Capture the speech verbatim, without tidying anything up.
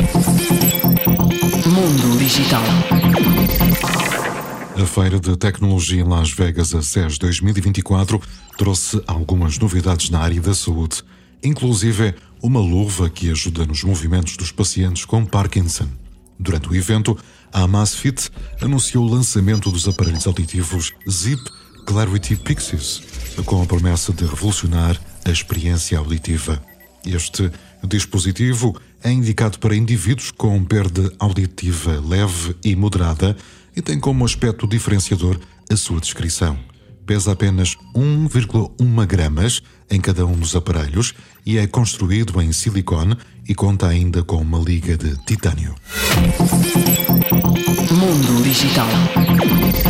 Mundo Digital. A Feira de Tecnologia em Las Vegas, a C E S dois mil e vinte e quatro, trouxe algumas novidades na área da saúde, inclusive uma luva que ajuda nos movimentos dos pacientes com Parkinson. Durante o evento, a Amazfit anunciou o lançamento dos aparelhos auditivos Zip Clarity Pixies, com a promessa de revolucionar a experiência auditiva. Este dispositivo é indicado para indivíduos com perda auditiva leve e moderada e tem como aspecto diferenciador a sua descrição. Pesa apenas um vírgula um gramas em cada um dos aparelhos e é construído em silicone e conta ainda com uma liga de titânio. Mundo Digital.